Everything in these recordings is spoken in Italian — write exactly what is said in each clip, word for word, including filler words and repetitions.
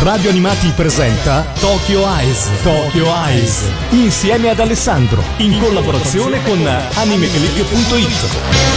Radio Animati presenta Tokyo Eyes. Tokyo Eyes. Insieme ad Alessandro, in collaborazione con animeclick punto it.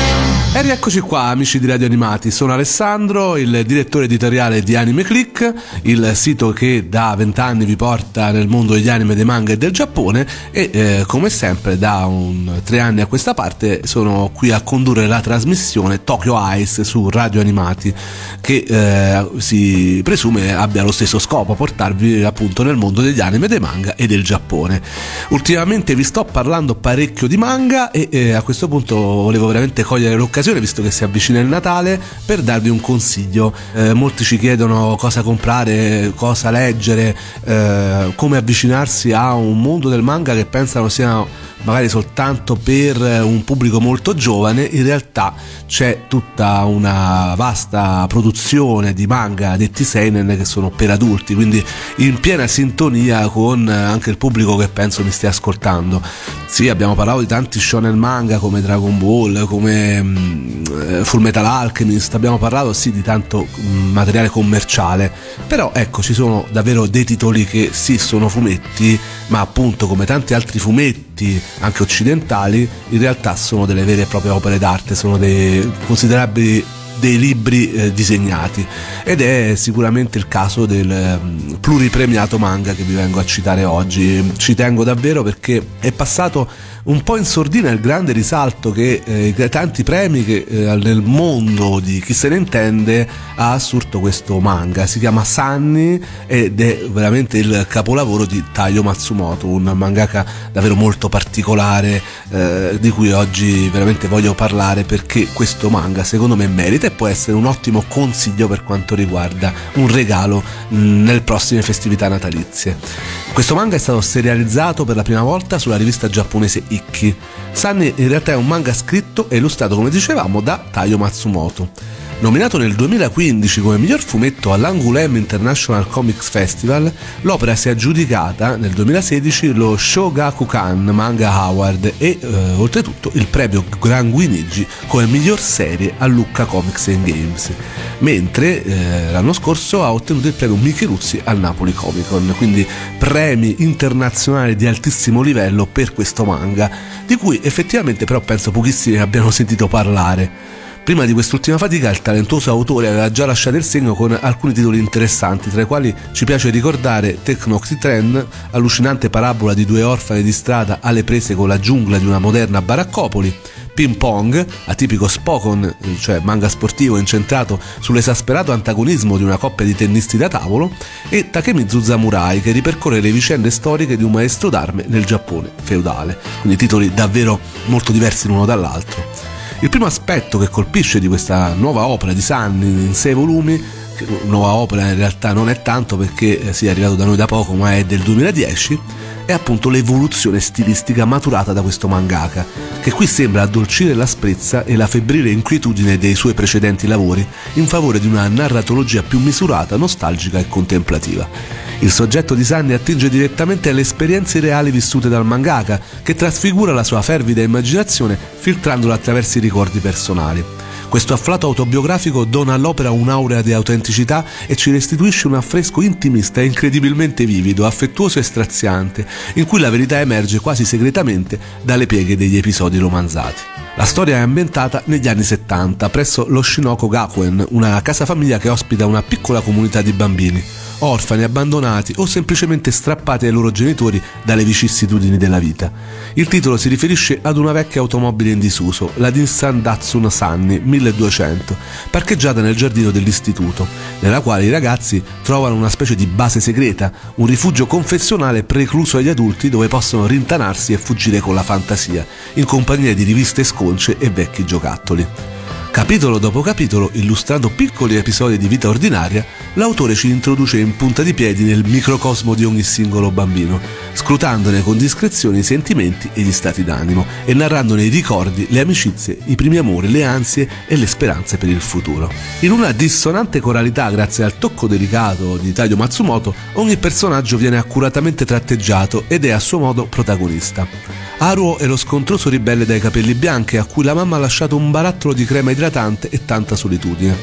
E rieccoci qua, amici di Radio Animati. Sono Alessandro, il direttore editoriale di Anime Click, il sito che da vent'anni vi porta nel mondo degli anime, dei manga e del Giappone, e eh, come sempre da un tre anni a questa parte sono qui a condurre la trasmissione Tokyo Eyes su Radio Animati, che eh, si presume abbia lo stesso scopo, portarvi appunto nel mondo degli anime, dei manga e del Giappone. Ultimamente vi sto parlando parecchio di manga e eh, a questo punto volevo veramente cogliere l'occasione, visto che si avvicina il Natale, per darvi un consiglio. Eh, molti ci chiedono cosa comprare, cosa leggere, eh, come avvicinarsi a un mondo del manga che pensano sia magari soltanto per un pubblico molto giovane. In realtà c'è tutta una vasta produzione di manga detti seinen che sono per adulti, quindi in piena sintonia con anche il pubblico che penso mi stia ascoltando. Sì, abbiamo parlato di tanti shonen manga come Dragon Ball, come um, Full Metal Alchemist, abbiamo parlato sì di tanto um, materiale commerciale, però ecco, ci sono davvero dei titoli che sì sono fumetti, ma appunto come tanti altri fumetti anche occidentali in realtà sono delle vere e proprie opere d'arte, sono dei considerabili dei libri eh, disegnati, ed è sicuramente il caso del eh, pluripremiato manga che vi vengo a citare oggi. Ci tengo davvero perché è passato un po' in sordina il grande risalto che eh, tanti premi che eh, nel mondo di chi se ne intende ha assurto questo manga. Si chiama Sunny ed è veramente il capolavoro di Taiyo Matsumoto, un mangaka davvero molto particolare eh, di cui oggi veramente voglio parlare, perché questo manga secondo me merita e può essere un ottimo consiglio per quanto riguarda un regalo mh, nelle prossime festività natalizie. Questo manga è stato serializzato per la prima volta sulla rivista giapponese Ikki. Sunny in realtà è un manga scritto e illustrato, come dicevamo, da Taiyo Matsumoto. Nominato nel duemilaquindici come miglior fumetto all'Angoulême International Comics Festival, l'opera si è aggiudicata nel duemilasedici lo Shogakukan Manga Award e eh, oltretutto il premio Gran Guinigi come miglior serie a Lucca Comics and Games, mentre eh, l'anno scorso ha ottenuto il premio Micheluzzi al Napoli Comic Con, quindi premi internazionali di altissimo livello per questo manga, di cui effettivamente però penso pochissimi abbiano sentito parlare. Prima di quest'ultima fatica il talentuoso autore aveva già lasciato il segno con alcuni titoli interessanti, tra i quali ci piace ricordare Technoxy Trend, allucinante parabola di due orfane di strada alle prese con la giungla di una moderna baraccopoli, Ping Pong, atipico Spokon, cioè manga sportivo incentrato sull'esasperato antagonismo di una coppia di tennisti da tavolo, e Takemizu Samurai, che ripercorre le vicende storiche di un maestro d'arme nel Giappone feudale. Quindi titoli davvero molto diversi l'uno dall'altro. Il primo aspetto che colpisce di questa nuova opera di Sunny in sei volumi, che nuova opera in realtà non è tanto perché sia arrivato da noi da poco, ma è del duemiladieci, è appunto l'evoluzione stilistica maturata da questo mangaka, che qui sembra addolcire l'asprezza e la febbrile inquietudine dei suoi precedenti lavori in favore di una narratologia più misurata, nostalgica e contemplativa. Il soggetto di Sunny attinge direttamente alle esperienze reali vissute dal mangaka, che trasfigura la sua fervida immaginazione filtrandola attraverso i ricordi personali. Questo afflato autobiografico dona all'opera un'aurea di autenticità e ci restituisce un affresco intimista e incredibilmente vivido, affettuoso e straziante, in cui la verità emerge quasi segretamente dalle pieghe degli episodi romanzati. La storia è ambientata negli anni settanta presso lo Shinoko Gakuen, una casa famiglia che ospita una piccola comunità di bambini, orfani, abbandonati o semplicemente strappati ai loro genitori dalle vicissitudini della vita. Il titolo si riferisce ad una vecchia automobile in disuso, la Nissan Datsun Sunny milleduecento, parcheggiata nel giardino dell'istituto, nella quale i ragazzi trovano una specie di base segreta, un rifugio confessionale precluso agli adulti dove possono rintanarsi e fuggire con la fantasia, in compagnia di riviste sconce e vecchi giocattoli. Capitolo dopo capitolo, illustrando piccoli episodi di vita ordinaria, l'autore ci introduce in punta di piedi nel microcosmo di ogni singolo bambino, scrutandone con discrezione i sentimenti e gli stati d'animo e narrandone i ricordi, le amicizie, i primi amori, le ansie e le speranze per il futuro. In una dissonante coralità, grazie al tocco delicato di Taiyo Matsumoto, ogni personaggio viene accuratamente tratteggiato ed è a suo modo protagonista. Haruo è lo scontroso ribelle dai capelli bianchi a cui la mamma ha lasciato un barattolo di crema idratante e tanta solitudine.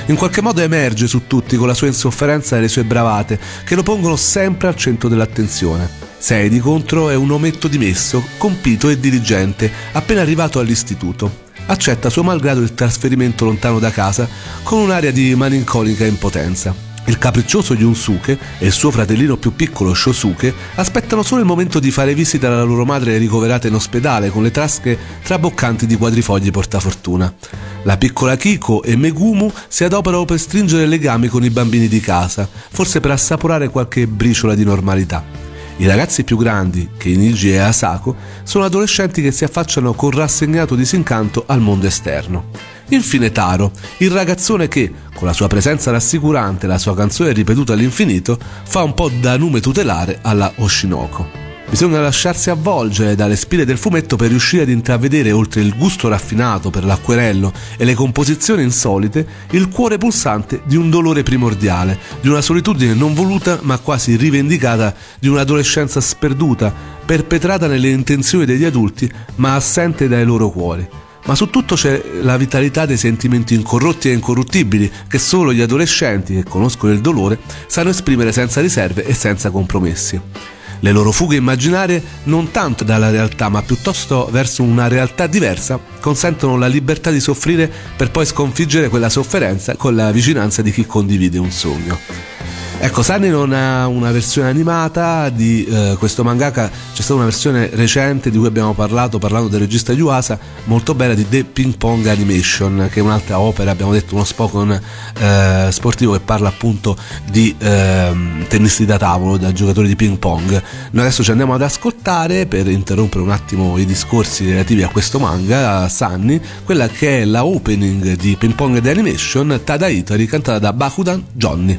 in qualche modo emerge su tutti con la sua insofferenza e le sue bravate, che lo pongono sempre al centro dell'attenzione. Sei, di contro, è un ometto dimesso, compito e diligente, appena arrivato all'istituto. Accetta suo malgrado il trasferimento lontano da casa con un'aria di malinconica impotenza. Il capriccioso Yusuke e il suo fratellino più piccolo Shosuke aspettano solo il momento di fare visita alla loro madre ricoverata in ospedale con le tasche traboccanti di quadrifogli portafortuna. La piccola Kiko e Megumu si adoperano per stringere legami con i bambini di casa, forse per assaporare qualche briciola di normalità. I ragazzi più grandi, Keiniji e Asako, sono adolescenti che si affacciano con rassegnato disincanto al mondo esterno. Infine Taro, il ragazzone che, con la sua presenza rassicurante e la sua canzone ripetuta all'infinito, fa un po' da nume tutelare alla Oshinoko. Bisogna lasciarsi avvolgere dalle spire del fumetto per riuscire ad intravedere, oltre il gusto raffinato per l'acquerello e le composizioni insolite, il cuore pulsante di un dolore primordiale, di una solitudine non voluta ma quasi rivendicata, di un'adolescenza sperduta, perpetrata nelle intenzioni degli adulti ma assente dai loro cuori. Ma su tutto c'è la vitalità dei sentimenti incorrotti e incorruttibili che solo gli adolescenti che conoscono il dolore sanno esprimere senza riserve e senza compromessi. Le loro fughe immaginarie, non tanto dalla realtà ma piuttosto verso una realtà diversa, consentono la libertà di soffrire per poi sconfiggere quella sofferenza con la vicinanza di chi condivide un sogno. Ecco, Sunny non ha una versione animata di eh, questo mangaka, c'è stata una versione recente di cui abbiamo parlato, parlando del regista Yuasa, molto bella, di The Ping Pong Animation, che è un'altra opera, abbiamo detto uno Spokon eh, sportivo che parla appunto di eh, tennisti da tavolo, da giocatori di ping pong. Noi adesso ci andiamo ad ascoltare, per interrompere un attimo i discorsi relativi a questo manga, Sunny, quella che è la opening di Ping Pong The Animation, Tada Itari, cantata da Bakudan Johnny.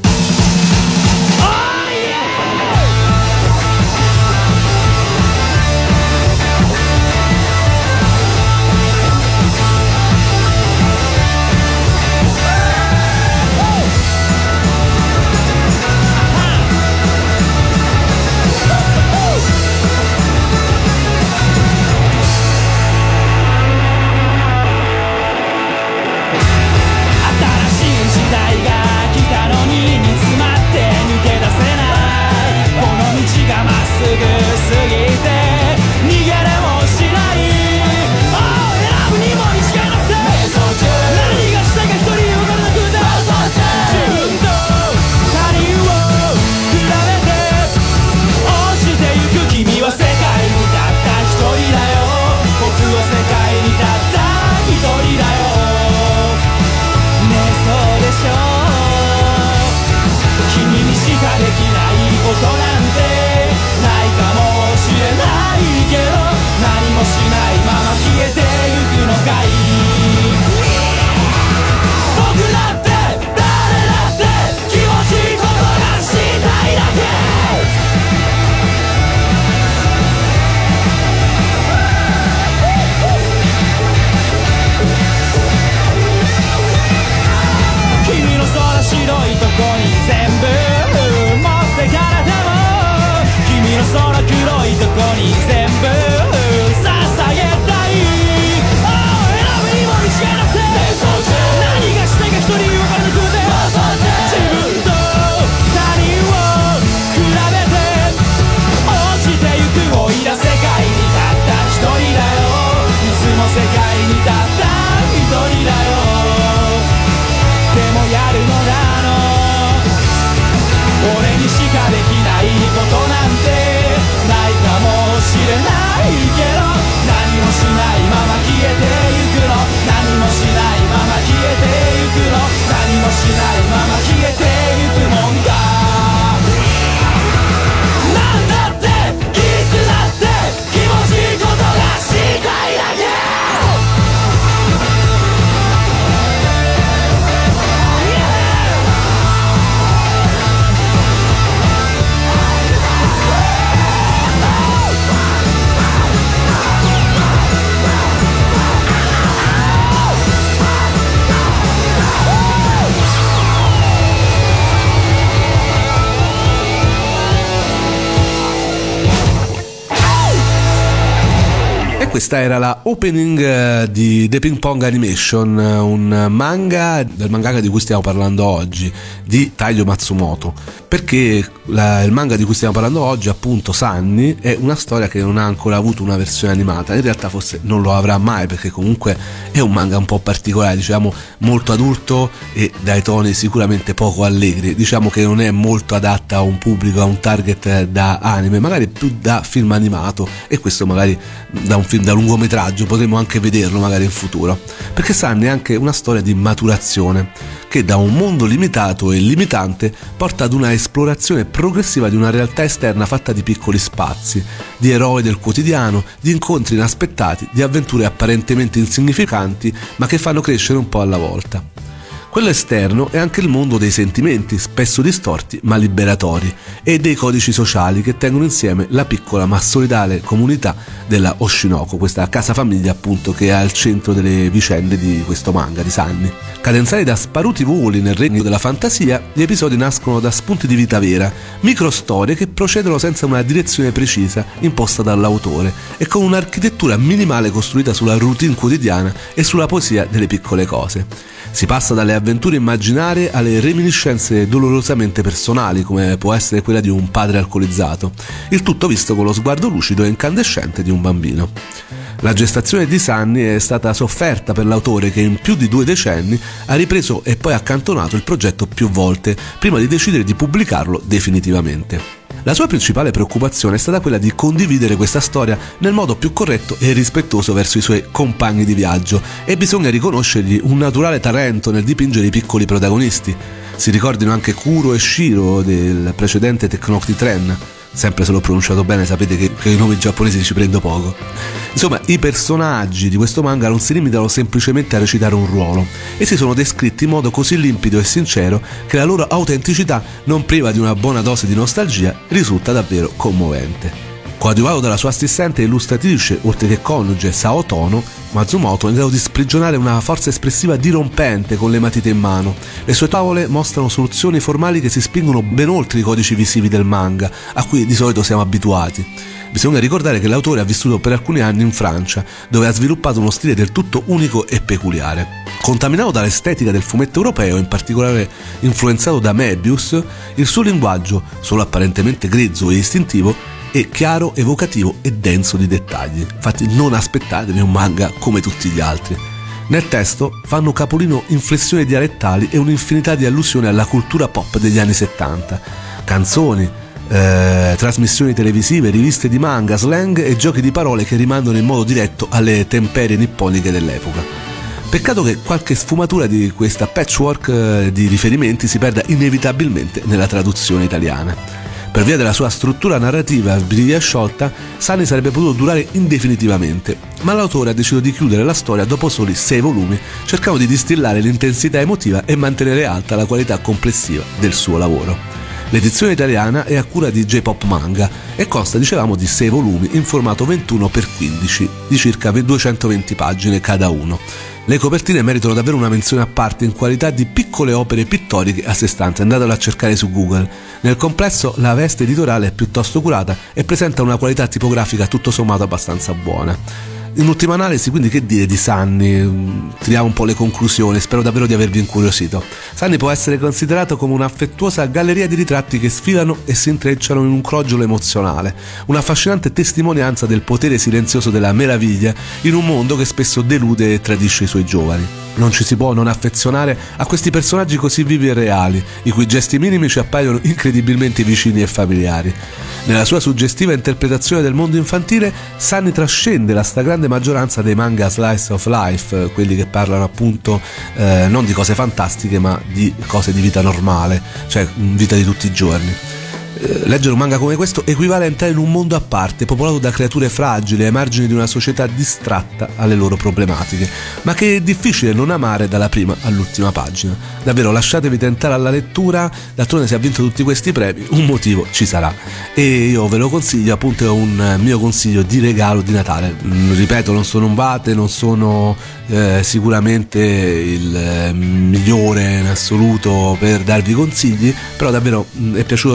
questa era la opening di The Ping Pong Animation, un manga del mangaka di cui stiamo parlando oggi, di Taiyo Matsumoto. Perché la, il manga di cui stiamo parlando oggi, appunto Sunny, è una storia che non ha ancora avuto una versione animata. In realtà forse non lo avrà mai, perché comunque è un manga un po' particolare, diciamo molto adulto e dai toni sicuramente poco allegri. Diciamo che non è molto adatta a un pubblico, a un target da anime, magari più da film animato, e questo magari da un film da lungometraggio potremo anche vederlo magari in futuro, perché Sunny è anche una storia di maturazione che da un mondo limitato e limitante porta ad una esplorazione progressiva di una realtà esterna fatta di piccoli spazi, di eroi del quotidiano, di incontri inaspettati, di avventure apparentemente insignificanti ma che fanno crescere un po' alla volta. Quello esterno è anche il mondo dei sentimenti, spesso distorti ma liberatori, e dei codici sociali che tengono insieme la piccola ma solidale comunità della Oshinoko, questa casa famiglia appunto che è al centro delle vicende di questo manga di Sunny. Cadenzati da sparuti voli nel regno della fantasia, gli episodi nascono da spunti di vita vera, microstorie che procedono senza una direzione precisa imposta dall'autore e con un'architettura minimale costruita sulla routine quotidiana e sulla poesia delle piccole cose. Si passa dalle avventure immaginarie alle reminiscenze dolorosamente personali, come può essere quella di un padre alcolizzato, il tutto visto con lo sguardo lucido e incandescente di un bambino. La gestazione di Sunny è stata sofferta per l'autore, che in più di due decenni ha ripreso e poi accantonato il progetto più volte prima di decidere di pubblicarlo definitivamente. La sua principale preoccupazione è stata quella di condividere questa storia nel modo più corretto e rispettoso verso i suoi compagni di viaggio, e bisogna riconoscergli un naturale talento nel dipingere i piccoli protagonisti. Si ricordino anche Kuro e Shiro del precedente Tecnocti Tren. Sempre se l'ho pronunciato bene, sapete che, che i nomi giapponesi ci prendo poco. Insomma, i personaggi di questo manga non si limitano semplicemente a recitare un ruolo, e si sono descritti in modo così limpido e sincero che la loro autenticità, non priva di una buona dose di nostalgia, risulta davvero commovente. Coadiuvato dalla sua assistente e illustratrice, oltre che coniuge Sao Tono, Matsumoto è in grado di sprigionare una forza espressiva dirompente con le matite in mano. Le sue tavole mostrano soluzioni formali che si spingono ben oltre i codici visivi del manga, a cui di solito siamo abituati. Bisogna ricordare che l'autore ha vissuto per alcuni anni in Francia, dove ha sviluppato uno stile del tutto unico e peculiare. Contaminato dall'estetica del fumetto europeo, in particolare influenzato da Möbius, il suo linguaggio, solo apparentemente grezzo e istintivo, è chiaro, evocativo e denso di dettagli. Infatti non aspettatevi un manga come tutti gli altri. Nel testo fanno capolino inflessioni dialettali e un'infinità di allusioni alla cultura pop degli anni settanta. Canzoni, eh, trasmissioni televisive, riviste di manga, slang e giochi di parole che rimandano in modo diretto alle temperie nipponiche dell'epoca. Peccato che qualche sfumatura di questa patchwork eh, di riferimenti si perda inevitabilmente nella traduzione italiana. Per via della sua struttura narrativa breve e sciolta, Sunny sarebbe potuto durare indefinitivamente, ma l'autore ha deciso di chiudere la storia dopo soli sei volumi, cercando di distillare l'intensità emotiva e mantenere alta la qualità complessiva del suo lavoro. L'edizione italiana è a cura di J-Pop Manga e consta, dicevamo, di sei volumi in formato ventuno per quindici, di circa duecentoventi pagine cada uno. Le copertine meritano davvero una menzione a parte in qualità di piccole opere pittoriche a sé stanti, andatelo a cercare su Google. Nel complesso la veste editoriale è piuttosto curata e presenta una qualità tipografica tutto sommato abbastanza buona. In ultima analisi, quindi, che dire di Sunny? Tiriamo un po' le conclusioni, spero davvero di avervi incuriosito. Sunny può essere considerato come un'affettuosa galleria di ritratti che sfilano e si intrecciano in un crogiolo emozionale, un'affascinante testimonianza del potere silenzioso della meraviglia in un mondo che spesso delude e tradisce i suoi giovani. Non ci si può non affezionare a questi personaggi così vivi e reali, i cui gesti minimi ci appaiono incredibilmente vicini e familiari. Nella sua suggestiva interpretazione del mondo infantile, Sunny trascende la stragrande maggioranza dei manga slice of life, quelli che parlano appunto eh, non di cose fantastiche ma di cose di vita normale, cioè vita di tutti i giorni. Leggere un manga come questo equivale a entrare in un mondo a parte, popolato da creature fragili ai margini di una società distratta alle loro problematiche, ma che è difficile non amare dalla prima all'ultima pagina. Davvero, lasciatevi tentare alla lettura, d'altronde se ha vinto tutti questi premi, un motivo ci sarà. E io ve lo consiglio, appunto è un mio consiglio di regalo di Natale. Ripeto, non sono un Bate, non sono eh, sicuramente il eh, migliore in assoluto per darvi consigli, però davvero mh, è piaciuto tantissimo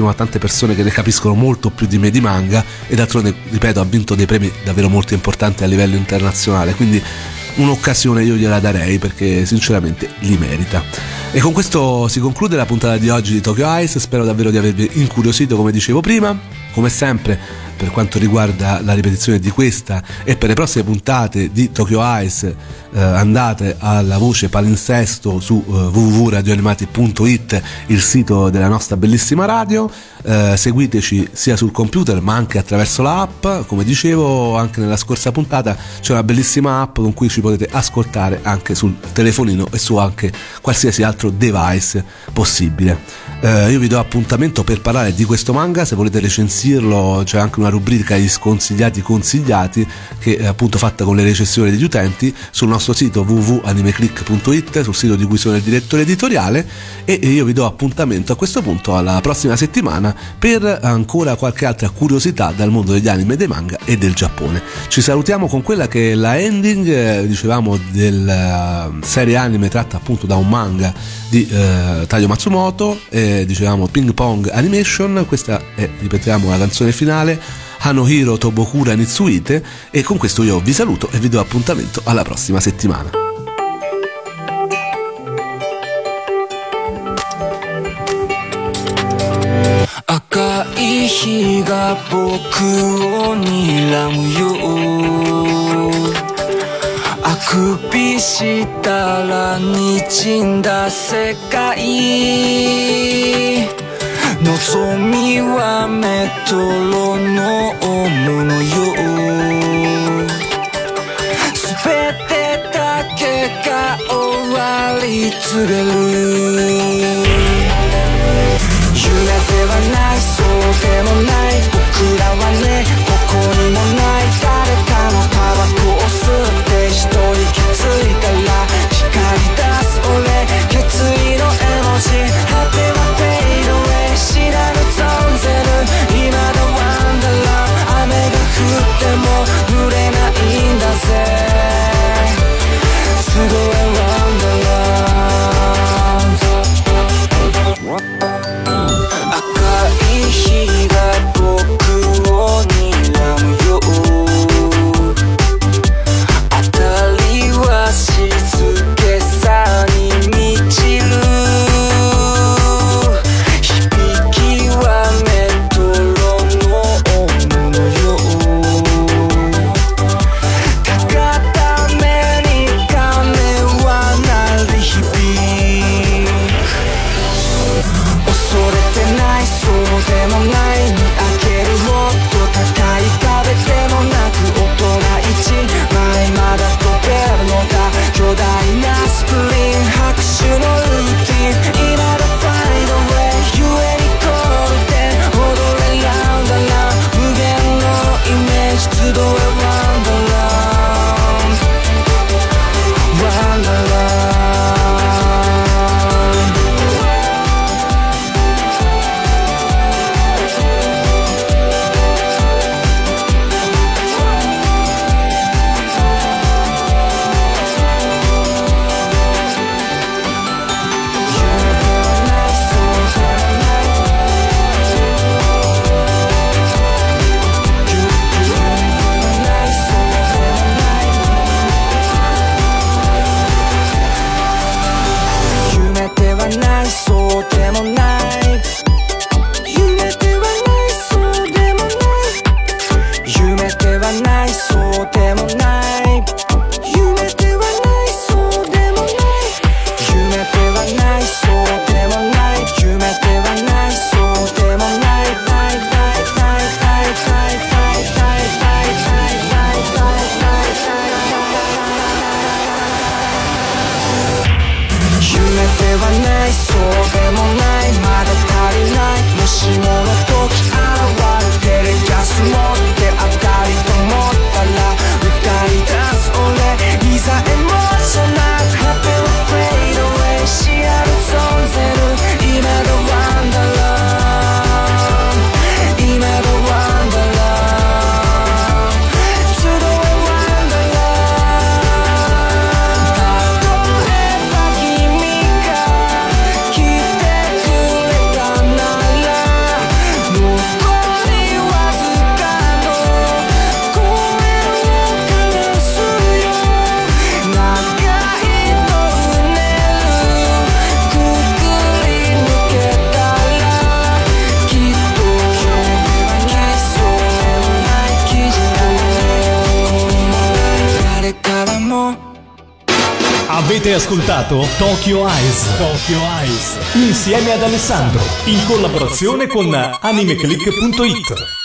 insieme a tante persone che ne capiscono molto più di me di manga, e d'altronde, ripeto, ha vinto dei premi davvero molto importanti a livello internazionale, quindi un'occasione io gliela darei, perché sinceramente li merita. E con questo si conclude la puntata di oggi di Tokyo Eyes. Spero davvero di avervi incuriosito, come dicevo prima. Come sempre, per quanto riguarda la ripetizione di questa e per le prossime puntate di Tokyo Eyes, eh, andate alla voce palinsesto su eh, w w w punto radioanimati punto i t, il sito della nostra bellissima radio. Eh, seguiteci sia sul computer ma anche attraverso l'app. Come dicevo anche nella scorsa puntata, c'è una bellissima app con cui ci potete ascoltare anche sul telefonino e su anche qualsiasi altro device possibile. Eh, io vi do appuntamento per parlare di questo manga. Se volete recensirlo, c'è anche una rubrica di sconsigliati consigliati, che è appunto fatta con le recensioni degli utenti, sul nostro sito w w w punto animeclick punto i t, sul sito di cui sono il direttore editoriale. E io vi do appuntamento a questo punto alla prossima settimana per ancora qualche altra curiosità dal mondo degli anime, dei manga e del Giappone. Ci salutiamo con quella che è la ending, eh, dicevamo, della serie anime tratta appunto da un manga di eh, Taiyo Matsumoto, eh, dicevamo Ping Pong Animation. Questa è, ripetiamo, la canzone finale, Hanohiro Tobokura Nitsuite, e con questo io vi saluto e vi do appuntamento alla prossima settimana. 赤い日が僕を睨むよ。あくびしたら滲んだ世界、望みはメトロノームのよう。全てだけが終わり告げる。夢ではない、そうでもない、僕らはね、ここにもない。誰かのタバコを吸って一人気づいたら光り出す俺、決意の絵文字、果てはフェイドウェイ、知らぬ存ぜる今のワンダーラン、雨が降っても濡れないんだぜ、すごいワンダーランド。 Avete ascoltato Tokyo Eyes, Tokyo Eyes, insieme ad Alessandro, in collaborazione con animeclick punto it.